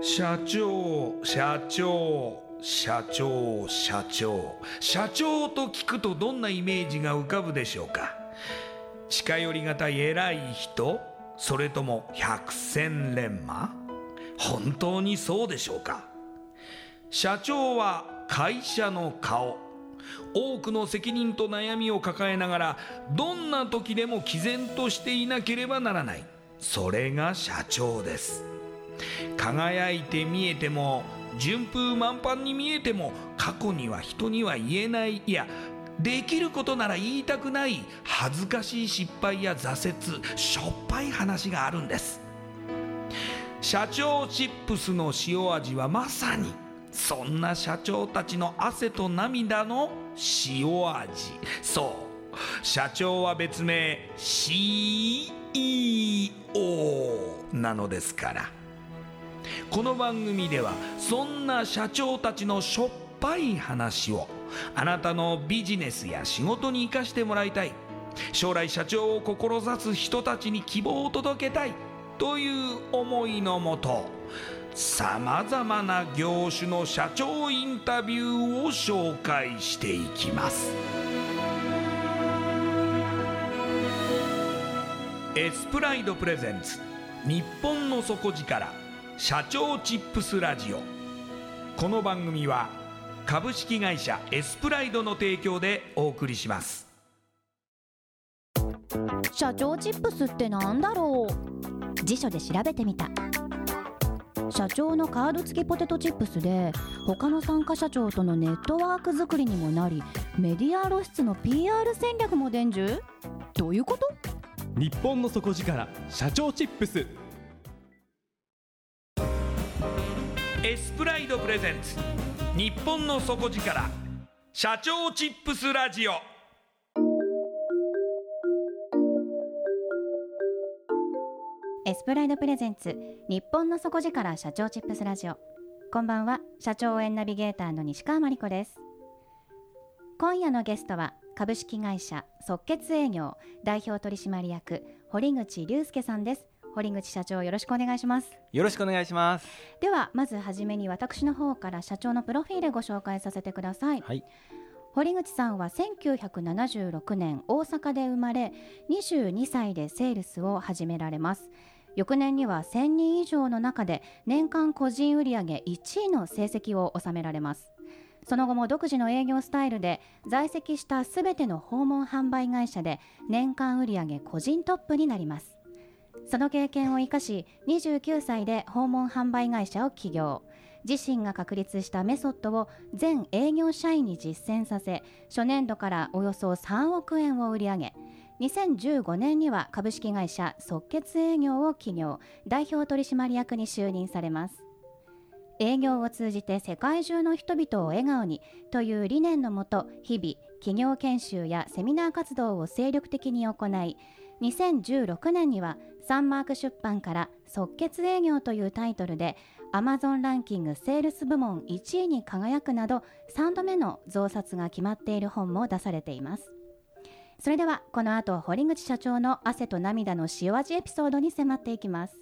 社長社長社長社長社長と聞くとどんなイメージが浮かぶでしょうか。近寄りがたい偉い人、それとも百戦錬磨。本当にそうでしょうか。社長は会社の顔。多くの責任と悩みを抱えながらどんな時でも毅然としていなければならない。それが社長です。輝いて見えても順風満帆に見えても、過去には人には言えない、いやできることなら言いたくない恥ずかしい失敗や挫折、しょっぱい話があるんです。社長チップスの塩味はまさにそんな社長たちの汗と涙の塩味。そう社長は別名 CEO なのですから。この番組ではそんな社長たちのしょっぱい話をあなたのビジネスや仕事に生かしてもらいたい、将来社長を志す人たちに希望を届けたいという思いのもと、さまざまな業種の社長インタビューを紹介していきます。エスプライドプレゼンツ、日本の底力社長チップスラジオ。この番組は株式会社エスプライドの提供でお送りします。 社長チップスってなんだろう。辞書で調べてみた。社長のカード付きポテトチップスで、他の参加社長とのネットワーク作りにもなり、メディア露出の PR 戦略も伝授。どういうこと？ 日本の底力社長チップス。 エスプライドプレゼンツ、日本の底力社長チップスラジオ。 エスプライドプレゼンツ、日本の底力社長チップスラジオ。こんばんは、社長応援ナビゲーターの西川真理子です。今夜のゲストは株式会社即決営業代表取締役堀口隆介さんです。堀口社長、よろしくお願いします。 よろしくお願いします。 ではまずはじめに私の方から社長のプロフィールご紹介させてください。 はい、 堀口さんは1976年大阪で生まれ、22歳でセールスを始められます。翌年には1000人以上の中で年間個人売上1位の成績を収められます。その後も独自の営業スタイルで在籍したすべての訪問販売会社で年間売上個人トップになります。その経験を生かし、29歳で訪問販売会社を起業。自身が確立したメソッドを全営業社員に実践させ、初年度からおよそ3億円を売り上げ、2015年には株式会社即決営業を起業、代表取締役に就任されます。営業を通じて世界中の人々を笑顔にという理念のもと、日々企業研修やセミナー活動を精力的に行い、2016年にはサンマーク出版から即決営業というタイトルで Amazon ランキングセールス部門1位に輝くなど、3度目の増刷が決まっている本も出されています。それではこの後、堀口社長の汗と涙の塩味エピソードに迫っていきます。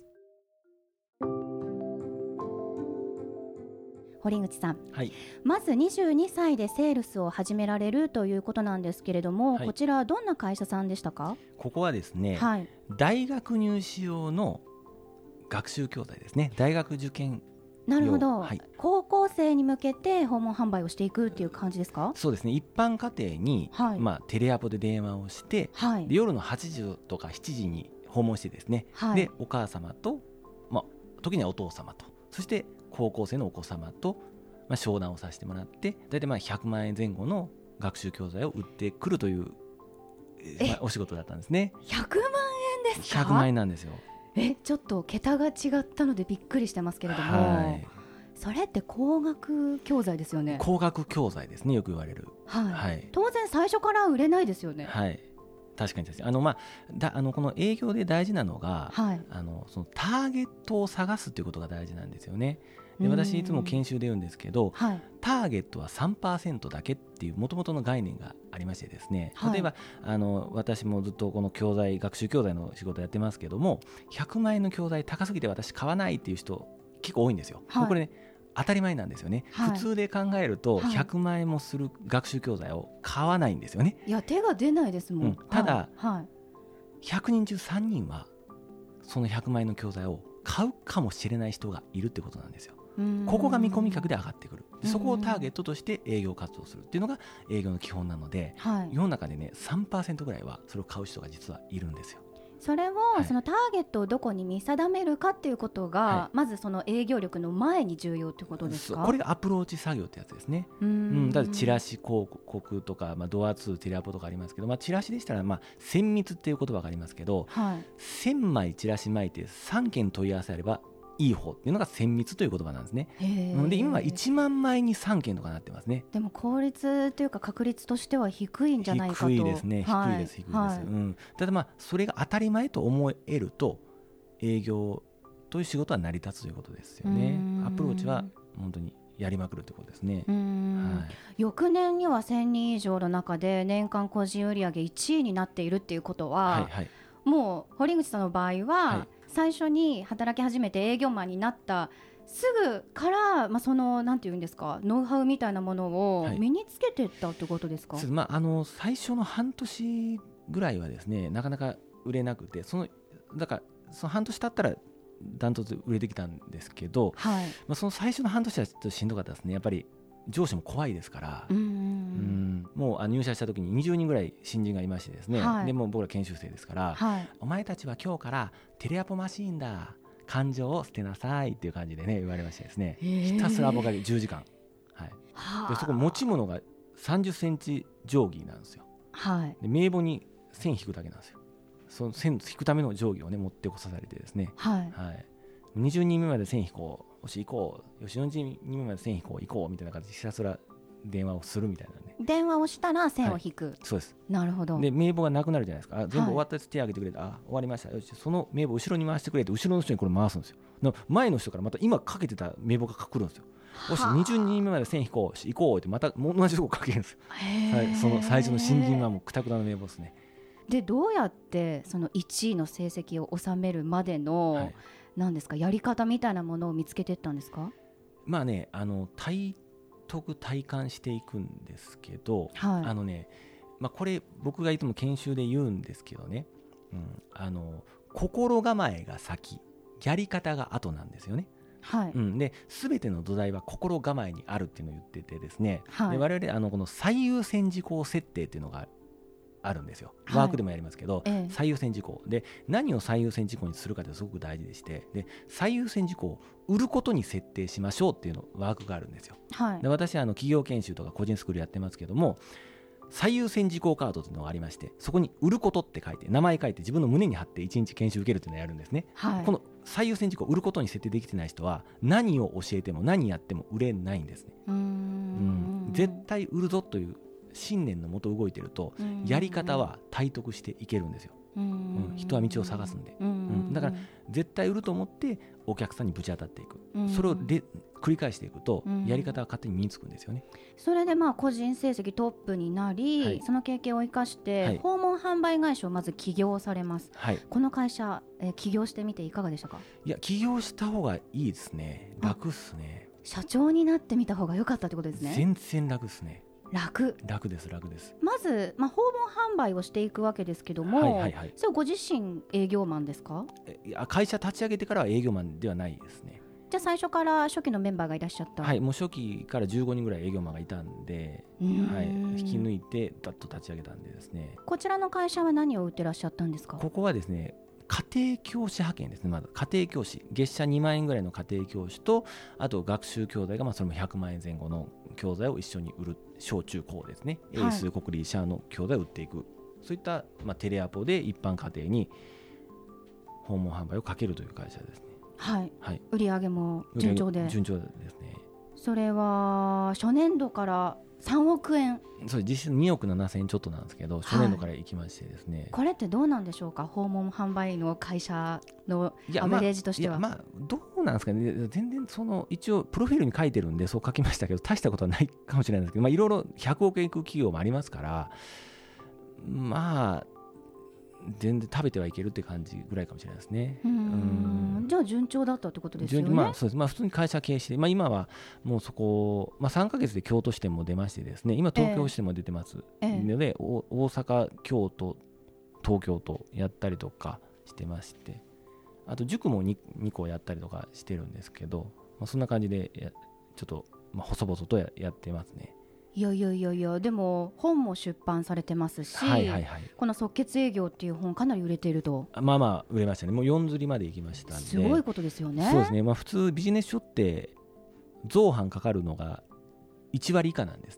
堀口さん、 はい、 まず22歳でセールスを始められるということなんですけれども、 はい、 こちらはどんな会社さんでしたか？ ここはですね、 はい、 大学入試用の学習教材ですね。大学受験用。 なるほど、 はい、 高校生に向けて訪問販売をしていくっていう感じですか？ そうですね。一般家庭に、 はい、 テレアポで電話をして、 はい、 で夜の8時とか7時に訪問してですね、 はい、 でお母様と、時にはお父様と、そして高校生のお子様と、商談をさせてもらって、だいたい100万円前後の学習教材を売ってくるという、お仕事だったんですね。 100万円ですか ？100万円なんですよ。 ちょっと桁が違ったのでびっくりしてますけれども、 はい、 それって高額教材ですよね？ 高額教材ですね、よく言われる。 はいはい、 当然最初から売れないですよね。 はい、確かにですね。この営業で大事なのが、 はい、 そのターゲットを探すということが大事なんですよね。で、私いつも研修で言うんですけど、 はい、 ターゲットは 3% だけっていう元々の概念がありましてですね、 はい、 例えば私もずっとこの教材、学習教材の仕事やってますけども、100万円の教材高すぎて私買わないっていう人結構多いんですよ、 はい、 これね当たり前なんですよね、 はい、 普通で考えると100万円もする学習教材を買わないんですよね。 いや手が出ないですもん、 ただ、 はい、 100人中3人はその100万円の教材を買うかもしれない人がいるってことなんですよ。ここが見込み客で上がってくる。そこをターゲットとして営業活動するっていうのが営業の基本なので、はい、世の中でね 3% ぐらいはそれを買う人が実はいるんですよ。 それを、そのターゲットをどこに見定めるかっていうことが、まずその営業力の前に重要ってことですか？ これがアプローチ作業ってやつですね。だってチラシ広告とか、ドア2テレアポとかありますけど、チラシでしたら、1000密っていう言葉がありますけど、1000枚チラシ巻いて3件問い合わせあればいい方っていうのが1000密という言葉なんですね。で今は1万枚に3件とかなってますね。 でも効率というか確率としては低いんじゃないかと。 低いですね、低いです、ただそれが当たり前と思えると営業という仕事は成り立つということですよね。アプローチは本当にやりまくるということですね。 翌年には1000人以上の中で年間個人売上1位になっているっていうことは、もう堀口さんの場合は、最初に働き始めて営業マンになったすぐから、そのなんていうんですか、ノウハウみたいなものを身につけていったってことですか？ 最初の半年ぐらいはですね、なかなか売れなくて、だからその半年経ったらダントツ売れてきたんですけど、その最初の半年はちょっとしんどかったですね。やっぱり上司も怖いですから、もう入社した時に20人ぐらい新人がいましてですね、でもう僕ら研修生ですから、お前たちは今日からテレアポマシーンだ、感情を捨てなさいっていう感じでね言われましてですね、ひたすらアポかけ10時間、でそこ持ち物が30センチ定規なんですよ、で名簿に線引くだけなんですよ。その線引くための定規をね持ってこさされてですね、20人目まで線引こう、よし行こう、よし40人目まで線引こう行こうみたいな感じでひたすら電話をするみたいなね。 電話をしたら線を引く、 そうです。 なるほど。 で名簿がなくなるじゃないですか。全部終わったやつ手挙げてくれて、終わりました、よしその名簿後ろに回してくれって後ろの人にこれ回すんですよ。前の人からまた今かけてた名簿が来るんですよ。よし20人目まで線引こう、行こうってまた同じとこかけるんですよ。その最初の新人はもうくたくたの名簿ですね。 でどうやってその1位の成績を収めるまでの、なんですか、やり方みたいなものを見つけていったんですか？体感していくんですけど、これ僕がいつも研修で言うんですけどね、心構えが先、やり方が後なんですよね。で全ての土台は心構えにあるっていうのを言っててですね、で我々この最優先事項設定っていうのがあるんですよ。ワークでもやりますけど、最優先事項で何を最優先事項にするかってすごく大事でして、で最優先事項を売ることに設定しましょうっていうのワークがあるんですよ。で私は企業研修とか個人スクールやってますけども、最優先事項カードというのがありまして、そこに売ることって書いて名前書いて自分の胸に貼って1日研修受けるっていうのをやるんですね。この最優先事項売ることに設定できてない人は何を教えても何やっても売れないんですね。絶対売るぞという信念のもと動いてると、やり方は体得していけるんですよ。人は道を探すんで、だから絶対売ると思ってお客さんにぶち当たっていく、それを繰り返していくと、やり方は勝手に身につくんですよね。 それで個人成績トップになり、その経験を生かして、訪問販売会社をまず起業されます。この会社、起業してみていかがでしたか？ いや、起業した方がいいですね。楽っすね。 社長になってみた方が良かったってことですね。 全然楽ですね。 楽です。 まず、訪問販売をしていくわけですけども、それご自身営業マンですか？ いや、会社立ち上げてからは営業マンではないですね。 じゃあ最初から初期のメンバーがいらっしゃった？ もう初期から15人ぐらい営業マンがいたんで、引き抜いてダッと立ち上げたんでですね。 こちらの会社は何を売ってらっしゃったんですか？ ここはですね、家庭教師派遣ですね。まず家庭教師、月謝2万円ぐらいの家庭教師と、あと学習教材がそれも100万円前後の教材を一緒に売る、小中高ですね、エース国立社の教材を売っていく、そういった、テレアポで一般家庭に訪問販売をかけるという会社ですね。売上も順調で。順調ですね。それは初年度から3億円。そう、実質2億7千円ちょっとなんですけど、初年度から行きましてですね、これってどうなんでしょうか？訪問販売の会社のアベレージとしては。どうなんですかね。全然一応プロフィールに書いてるんでそう書きましたけど、大したことはないかもしれないんですけど、いろいろ100億円いく企業もありますから、 全然食べてはいけるって感じぐらいかもしれないですね。 じゃあ順調だったってことですよね。 そうです。普通に会社経営して、今はもうそこ、3ヶ月で京都支店も出ましてですね、今東京支店も出てますので、大阪、京都、東京とやったりとかしてまして、あと塾も 2個やったりとかしてるんですけど、そんな感じでちょっと、細々と やってますね。 いやでも本も出版されてますし、この即決営業っていう本かなり売れていると。 売れましたね。もう4釣りまで行きましたんで。 すごいことですよね。 そうですね。普通ビジネス書って造版かかるのが1割以下なんですって。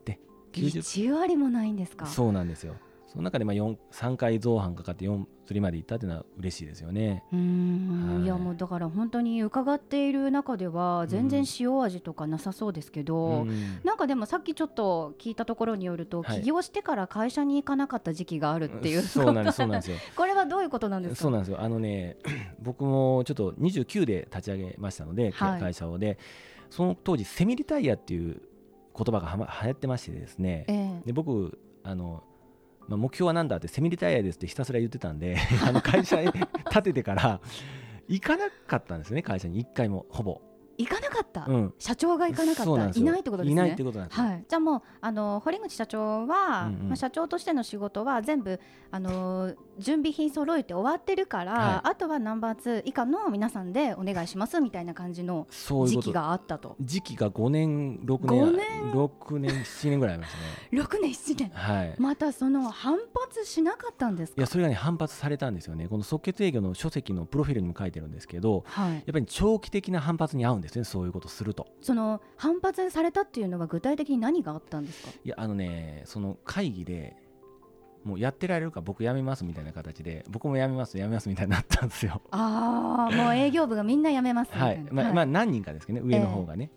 1割もないんですか。 そうなんですよ。その中で3回造版かかって4釣りまで行ったっていうのは嬉しいですよね。 いやもうだから本当に伺っている中では全然塩味とかなさそうですけど、なんかでもさっきちょっと聞いたところによると、起業してから会社に行かなかった時期があるっていう。 そうなんですよ。 これはどういうことなんですか。 そうなんですよ。僕もちょっと29で立ち上げましたので、会社をで、その当時セミリタイヤっていう言葉が流行ってましてですね、で僕目標は何だってセミリタイヤですってひたすら言ってたんで会社へ立ててから行かなかったんですよね。会社に1回もほぼ行かなかった、社長が行かなかった、いないってことですね。 いないってことなんです、 じゃあもう堀口社長は、社長としての仕事は全部準備品揃えて終わってるから、あとはナンバー2以下の皆さんでお願いしますみたいな感じの時期があったと。 時期が5年6年7年ぐらいありましたね。 6年7年、またその反発しなかったんですか。 いやそれがね反発されたんですよね。この即決営業の書籍のプロフィールにも書いてるんですけど、やっぱり長期的な反発に合うんですね。そういうことすると。 その反発されたっていうのは具体的に何があったんですか。 いやその会議でもうやってられるか僕辞めますみたいな形で、僕も辞めますみたいになったんですよ。 もう営業部がみんな辞めますみたいな。 何人かですけどね、上の方がね、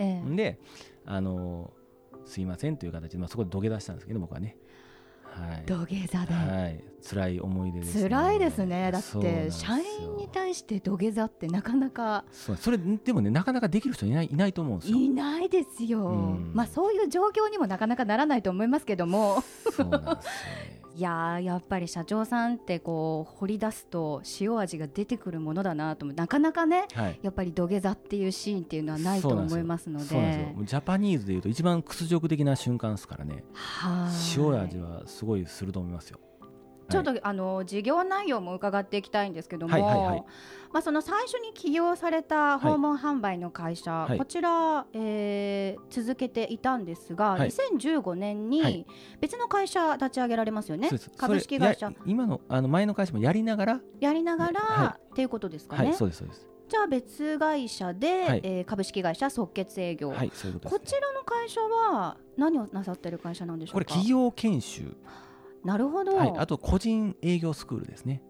ですいませんという形で、そこで土下座したんですけど僕はね、 土下座で、 辛い思い出ですね。 辛いですね。だって社員に対して土下座ってなかなかそれでもねなかなかできる人いないと思うんですよ。 いないですよ。そういう状況にもなかなかならないと思いますけどもそうなんですよね。 いややっぱり社長さんってこう掘り出すと塩味が出てくるものだなと思う。なかなかね、やっぱり土下座っていうシーンっていうのはないと思いますので。 そうなんですよ。ジャパニーズでいうと一番屈辱的な瞬間ですからね。塩味はすごいすると思いますよ。 ちょっと事業内容も伺っていきたいんですけども、その最初に起業された訪問販売の会社、こちら、続けていたんですが、2015年に別の会社立ち上げられますよね。株式会社。 今の前の会社もやりながらっていうことですかね。 そうですそうです。 じゃあ別会社で、株式会社即決営業、 そういうことですね。 こちらの会社は何をなさっている会社なんでしょうか。 これ企業研修。 なるほど。 あと個人営業スクールですね。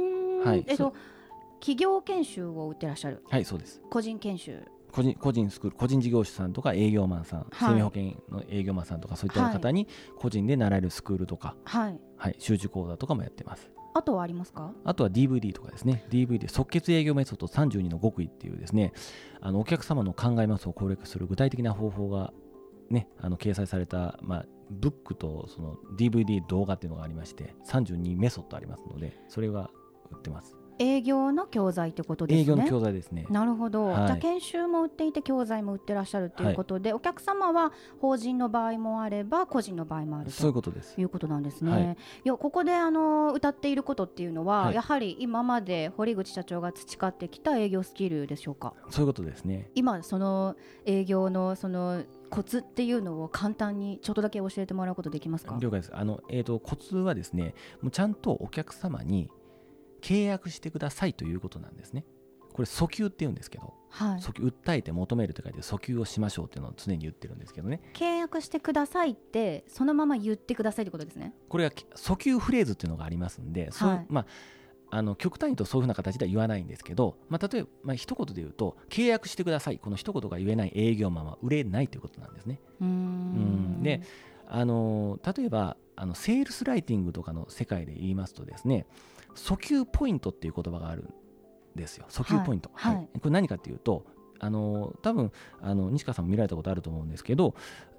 企業研修を売ってらっしゃる。 そうです。 個人研修、 個人スクール、個人事業主さんとか営業マンさん、生命保険の営業マンさんとかそういった方に個人で習えるスクールとか、習字講座とかもやってます。 あとはありますか。 あとは DVD とかですね。DVD 即決営業メソッド32の極意っていうですね、お客様の考えますを攻略する具体的な方法がね、掲載された、ブックとその DVD 動画っていうのがありまして32メソッドありますので、それが売ってます。 営業の教材ってことですね。 営業の教材ですね。 なるほど、じゃあ研修も売っていて教材も売ってらっしゃるということで、お客様は法人の場合もあれば個人の場合もあると、 そういうことです。 いうことなんですね。いやここで歌っていることっていうのは、やはり今まで堀口社長が培ってきた営業スキルでしょうか。 そういうことですね。 今その営業のそのコツっていうのを簡単にちょっとだけ教えてもらうことできますか。 了解です。コツはですね、もうちゃんとお客様に契約してくださいということなんですね。これ訴求って言うんですけど、訴求、訴えて求めると書いて訴求をしましょうっていうのを常に言ってるんですけどね。 契約してくださいってそのまま言ってくださいってことですね。 これは訴求フレーズっていうのがありますんで、極端に言うとそういうふうな形では言わないんですけど、例えば、一言で言うと契約してください、この一言が言えない営業マンは売れないということなんですね。で、例えばセールスライティングとかの世界で言いますとですね、訴求ポイントっていう言葉があるんですよ。訴求ポイント、これ何かっていうと多分西川さんも見られたことあると思うんですけど、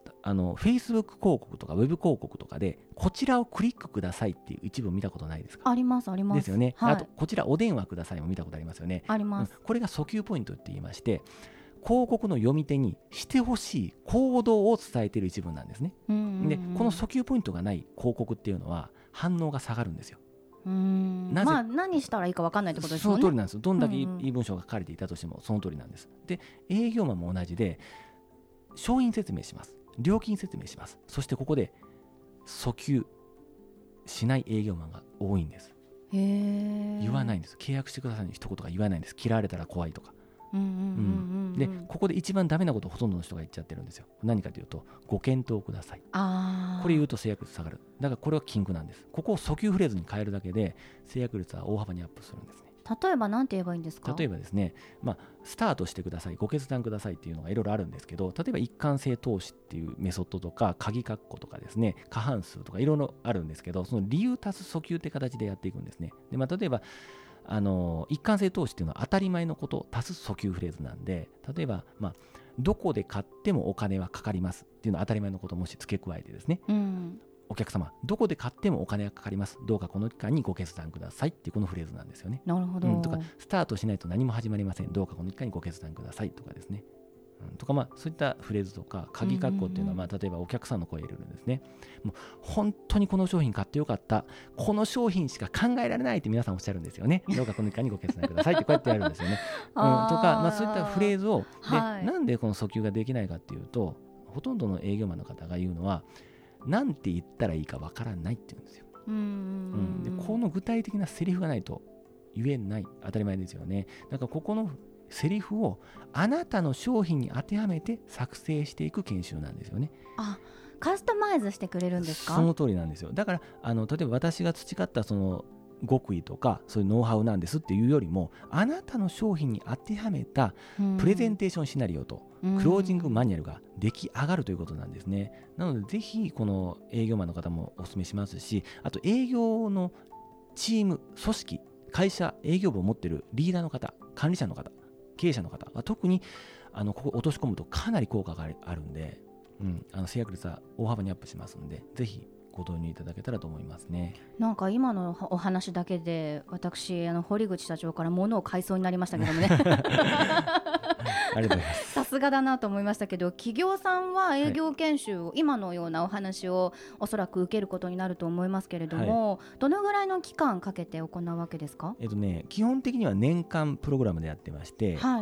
Facebook 広告とかウェブ広告とかでこちらをクリックくださいっていう一部見たことないですか？ ありますあります。 ですよね、 はい、 あとこちらお電話くださいも見たことありますよね。 あります、 これが訴求ポイントって言いまして、広告の読み手にしてほしい行動を伝えている一文なんですね。でこの訴求ポイントがない広告っていうのは反応が下がるんですよ。 まあ何したらいいか分かんないってことですよね。 その通りなんです。どんだけいい文章が書かれていたとしてもその通りなんです。で営業マンも同じで、商品説明します、料金説明します、そしてここで訴求しない営業マンが多いんです。言わないんです。契約してくださいの一言が言わないんです。嫌われたら怖いとか。でここで一番ダメなことをほとんどの人が言っちゃってるんですよ。何かというと、ご検討ください。これ言うと制約率下がる。だからこれは禁句なんです。ここを訴求フレーズに変えるだけで制約率は大幅にアップするんですね。 例えば何て言えばいいんですか？ 例えばですね、スタートしてください、ご決断くださいっていうのがいろいろあるんですけど、例えば一貫性投資っていうメソッドとか鍵括弧とかですね、過半数とかいろいろあるんですけど、その理由足す訴求って形でやっていくんですね。で、例えば一貫性投資っていうのは当たり前のことを足す訴求フレーズなんで、例えば、どこで買ってもお金はかかりますっていうのは当たり前のことをもし付け加えてですね、お客様どこで買ってもお金がかかります、どうかこの期間にご決断くださいっていうこのフレーズなんですよね。 なるほど、 とかスタートしないと何も始まりません、どうかこの期間にご決断くださいとかですね、とかそういったフレーズとか鍵括弧っていうのは、例えばお客さんの声を入れるんですね。もう本当にこの商品買ってよかった、この商品しか考えられないって皆さんおっしゃるんですよね。どうかこの期間にご決断くださいってこうやってやるんですよね。とか、そういったフレーズをで、なんでこの訴求ができないかっていうと、ほとんどの営業マンの方が言うのは、なんて言ったらいいかわからないって言うんですよ。でこの具体的なセリフがないと言えない、当たり前ですよね。だからここのセリフをあなたの商品に当てはめて作成していく研修なんですよね。 カスタマイズしてくれるんですか？ その通りなんですよ。だから例えば私が培ったその極意とかそういうノウハウなんですっていうよりも、あなたの商品に当てはめたプレゼンテーションシナリオとクロージングマニュアルが出来上がるということなんですね。なのでぜひこの営業マンの方もお勧めしますし、あと営業のチーム、組織、会社、営業部を持っているリーダーの方、管理者の方、経営者の方は特にここ落とし込むとかなり効果があるんで、制約率は大幅にアップしますので、ぜひご導入いただけたらと思いますね。 なんか今のお話だけで私堀口社長から物を買いそうになりましたけどもねありがとうございます。 さすがだなと思いましたけど、企業さんは営業研修を、今のようなお話をおそらく受けることになると思いますけれども、どのぐらいの期間かけて行うわけですか？ 基本的には年間プログラムでやってまして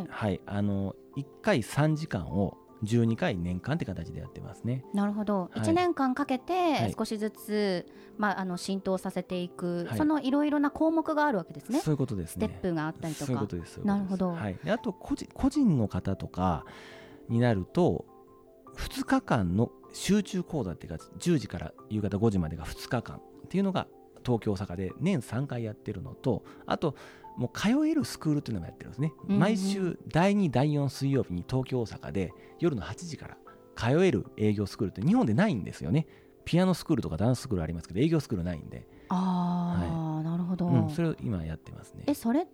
、1回3時間を12回年間って形でやってますね。 なるほど、1年間かけて少しずつ、浸透させていく、そのいろいろな項目があるわけですね。 そういうことですね。 ステップがあったりとか。 そういうことです。 なるほど。 であと個人の方とかになると2日間の集中講座っていうか、10時から夕方5時までが2日間っていうのが東京大阪で年3回やってるのと、あともう通えるスクールっていうのもやってるんですね。毎週第2第4水曜日に東京大阪で夜の8時から通える営業スクールって日本でないんですよね。ピアノスクールとかダンススクールありますけど、営業スクールないんで。 なるほど、 それを今やってますね。 それって、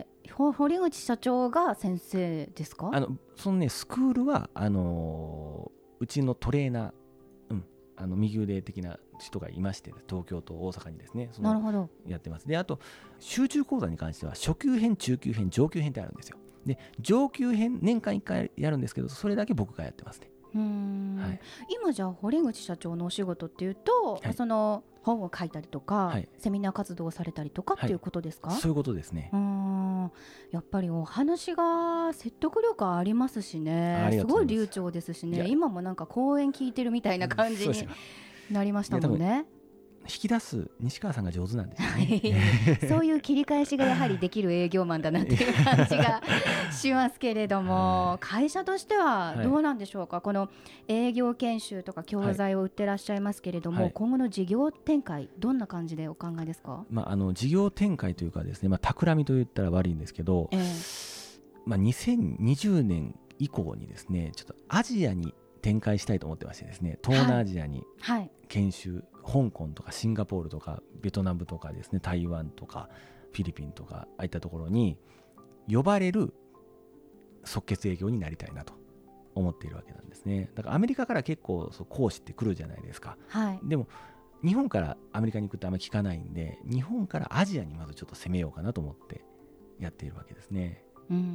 堀口社長が先生ですか？ そのねスクールはうちのトレーナー、右腕的な人がいまして、東京と大阪にですね、 なるほどやってます。であと集中講座に関しては初級編、中級編、上級編ってあるんですよ。で上級編年間1回やるんですけど、それだけ僕がやってますね。 今じゃあ堀口社長のお仕事っていうと、その本を書いたりとか、セミナー活動をされたりとかっていうことですか？ そういうことですね。 やっぱりお話が説得力ありますしね、すごい流暢ですしね、今もなんか講演聞いてるみたいな感じになりましたもんね。 引き出す西川さんが上手なんですよねそういう切り返しがやはりできる営業マンだなっていう感じがしますけれども、会社としてはどうなんでしょうか？この営業研修とか教材を売ってらっしゃいますけれども、今後の事業展開どんな感じでお考えですか？ 事業展開というかですね、企みと言ったら悪いんですけど、2020年以降にですね、ちょっとアジアに展開したいと思ってましてですね、東南アジアに研修、香港とかシンガポールとかベトナムとかですね、台湾とかフィリピンとか、ああいったところに呼ばれる即決営業になりたいなと思っているわけなんですね。だからアメリカから結構講師って来るじゃないですか、 はい、 でも日本からアメリカに行くってあんまり聞かないんで、日本からアジアにまずちょっと攻めようかなと思ってやっているわけですね。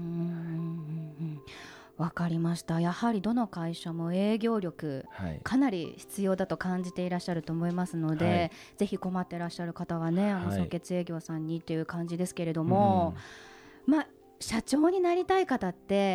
わかりました。やはりどの会社も営業力、はい、かなり必要だと感じていらっしゃると思いますので、はい、ぜひ困っていらっしゃる方はね、即決営業さんにという感じですけれども、社長になりたい方って、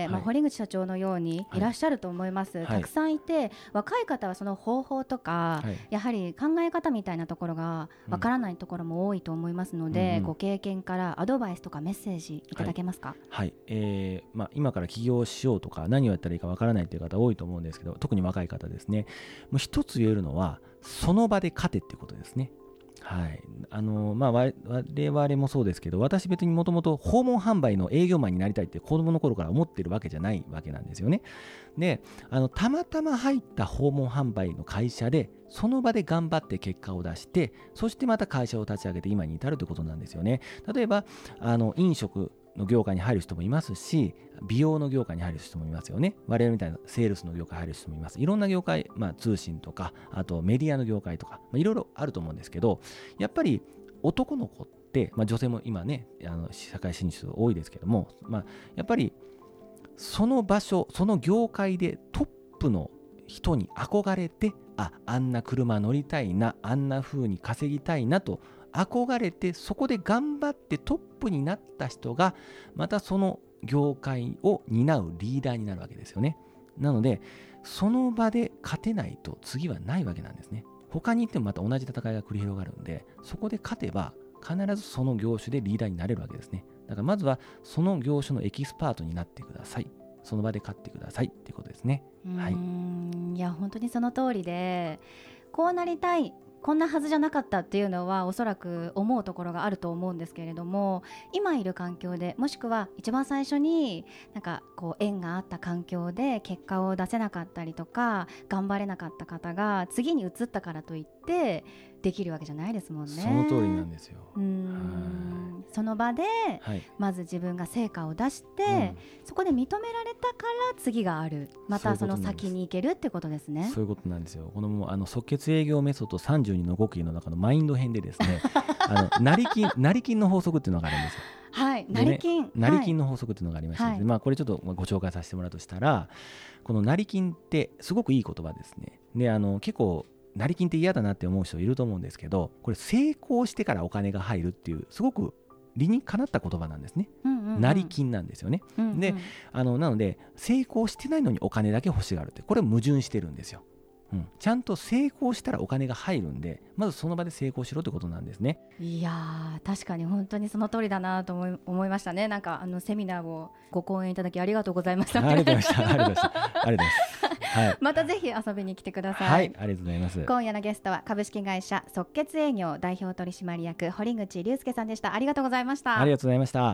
堀口社長のようにいらっしゃると思います、たくさんいて、若い方はその方法とか、やはり考え方みたいなところがわからないところも多いと思いますので、ご経験からアドバイスとかメッセージいただけますか？ 今から起業しようとか何をやったらいいかわからないという方多いと思うんですけど、特に若い方ですね。もう一つ言えるのはその場で勝てってことですね。はい、我々もそうですけど、私別にもともと訪問販売の営業マンになりたいって子供の頃から思ってるわけじゃないわけなんですよね。で、たまたま入った訪問販売の会社でその場で頑張って結果を出して、そしてまた会社を立ち上げて今に至るということなんですよね。例えば飲食の業界に入る人もいますし、美容の業界に入る人もいますよね。我々みたいなセールスの業界に入る人もいます。いろんな業界、通信とか、あとメディアの業界とか、いろいろあると思うんですけど、やっぱり男の子って、女性も今ね、社会進出多いですけども、やっぱりその場所、その業界でトップの人に憧れて、あんな車乗りたいな、あんな風に稼ぎたいなと憧れて、そこで頑張ってトップになった人がまたその業界を担うリーダーになるわけですよね。なのでその場で勝てないと次はないわけなんですね。他に行ってもまた同じ戦いが繰り広がるんで、そこで勝てば必ずその業種でリーダーになれるわけですね。だからまずはその業種のエキスパートになってください。その場で勝ってくださいっていうことですね。 いや本当にその通りで、こうなりたい、こんなはずじゃなかったっていうのはおそらく思うところがあると思うんですけれども、今いる環境で、もしくは一番最初に縁があった環境で結果を出せなかったりとか頑張れなかった方が次に移ったからといってできるわけじゃないですもんね。 その通りなんですよ。 その場でまず自分が成果を出して、そこで認められたから次がある、またその先に行けるってことですね。 そういうことなんですよ。この即決営業メソッド32の極意の中のマインド編でですね成金の法則っていうのがあるんですよ。 はい、成金の法則っていうのがありまして、これちょっとご紹介させてもらうとしたら、この成金ってすごくいい言葉ですね。で、結構成金って嫌だなって思う人いると思うんですけど、これ成功してからお金が入るっていうすごく理にかなった言葉なんですね。成金なんですよね。で、なので成功してないのにお金だけ欲しがるって、これ矛盾してるんですよ。ちゃんと成功したらお金が入るんで、まずその場で成功しろってことなんですね。 いや確かに本当にその通りだなと思いましたね。なんかセミナーをご講演いただきありがとうございました。 ありがとうございました。 またぜひ遊びに来てください。 はい、ありがとうございます。 今夜のゲストは株式会社即決営業代表取締役堀口隆介さんでした。ありがとうございました。 ありがとうございました。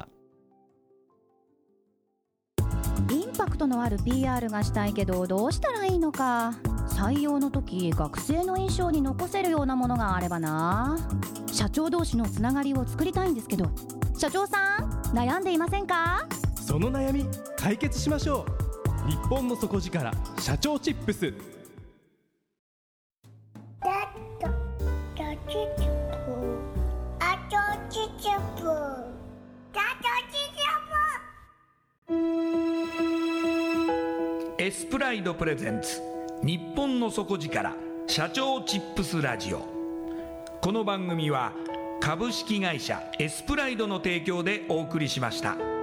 インパクトのある PR がしたいけどどうしたらいいのか。採用の時学生の印象に残せるようなものがあればな。社長同士のつながりを作りたいんですけど、社長さん悩んでいませんか？ その悩み解決しましょう。日本の底力社長チップス。 エスプライドプレゼンツ日本の底力社長チップスラジオ。この番組は株式会社エスプライドの提供でお送りしました。